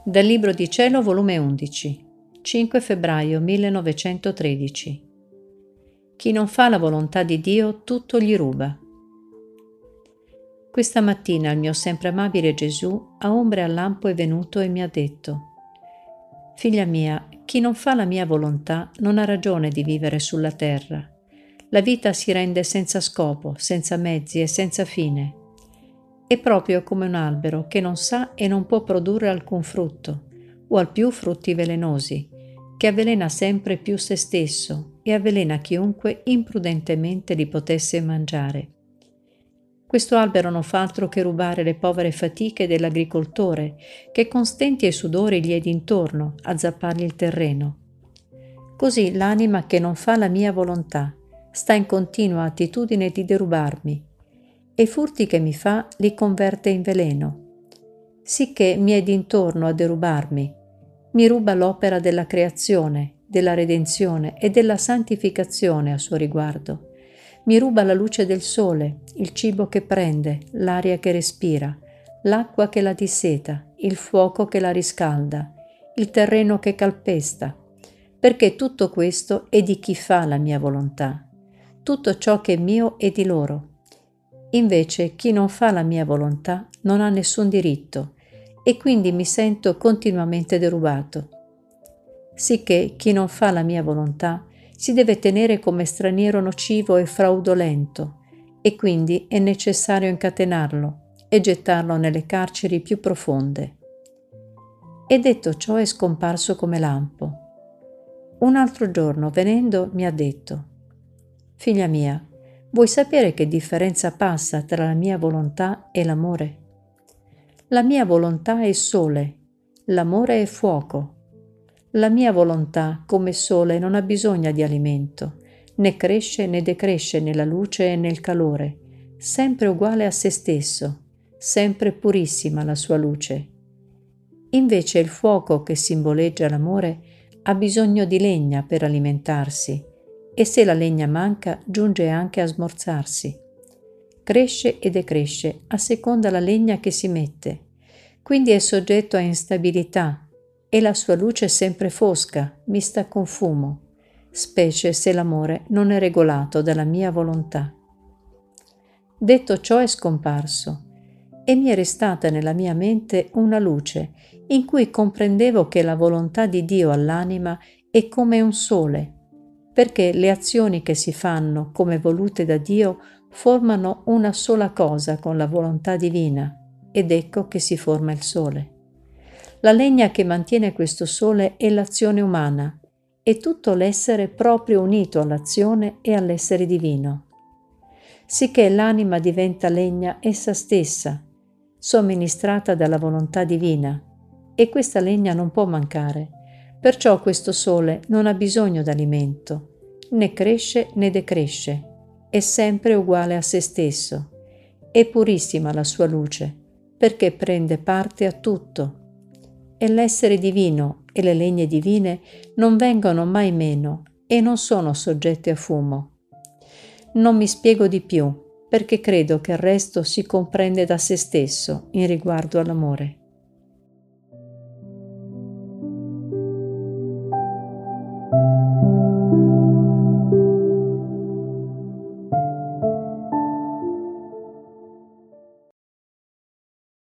Dal Libro di Cielo, volume 11, 5 febbraio 1913. Chi non fa la volontà di Dio, tutto gli ruba. Questa mattina il mio sempre amabile Gesù a ombre al lampo è venuto e mi ha detto: Figlia mia, chi non fa la mia volontà non ha ragione di vivere sulla terra. La vita si rende senza scopo, senza mezzi e senza fine. È proprio come un albero che non sa e non può produrre alcun frutto, o al più frutti velenosi, che avvelena sempre più se stesso e avvelena chiunque imprudentemente li potesse mangiare. Questo albero non fa altro che rubare le povere fatiche dell'agricoltore, che con stenti e sudori gli è d'intorno a zappargli il terreno. Così l'anima che non fa la mia volontà sta in continua attitudine di derubarmi, e i furti che mi fa li converte in veleno, sicché mi è d'intorno a derubarmi, mi ruba l'opera della creazione, della redenzione e della santificazione a suo riguardo, mi ruba la luce del sole, il cibo che prende, l'aria che respira, l'acqua che la disseta, il fuoco che la riscalda, il terreno che calpesta, perché tutto questo è di chi fa la mia volontà, tutto ciò che è mio è di loro. Invece chi non fa la mia volontà non ha nessun diritto e quindi mi sento continuamente derubato. Sicché chi non fa la mia volontà si deve tenere come straniero nocivo e fraudolento, e quindi è necessario incatenarlo e gettarlo nelle carceri più profonde. E detto ciò è scomparso come lampo. Un altro giorno, venendo, mi ha detto: Figlia mia, vuoi sapere che differenza passa tra la mia volontà e l'amore? La mia volontà è sole, l'amore è fuoco. La mia volontà, come sole, non ha bisogno di alimento, né cresce né decresce nella luce e nel calore, sempre uguale a se stesso, sempre purissima la sua luce. Invece il fuoco che simboleggia l'amore ha bisogno di legna per alimentarsi, e se la legna manca giunge anche a smorzarsi. Cresce e decresce a seconda la legna che si mette, quindi è soggetto a instabilità e la sua luce è sempre fosca, mista con fumo, specie se l'amore non è regolato dalla mia volontà. Detto ciò è scomparso e mi è restata nella mia mente una luce in cui comprendevo che la volontà di Dio all'anima è come un sole, perché le azioni che si fanno come volute da Dio formano una sola cosa con la volontà divina, ed ecco che si forma il sole. La legna che mantiene questo sole è l'azione umana, e tutto l'essere proprio unito all'azione e all'essere divino. Sicché l'anima diventa legna essa stessa, somministrata dalla volontà divina, e questa legna non può mancare. Perciò questo sole non ha bisogno d'alimento, né cresce né decresce, è sempre uguale a se stesso, è purissima la sua luce, perché prende parte a tutto. E l'essere divino e le legne divine non vengono mai meno e non sono soggette a fumo. Non mi spiego di più, perché credo che il resto si comprende da se stesso in riguardo all'amore.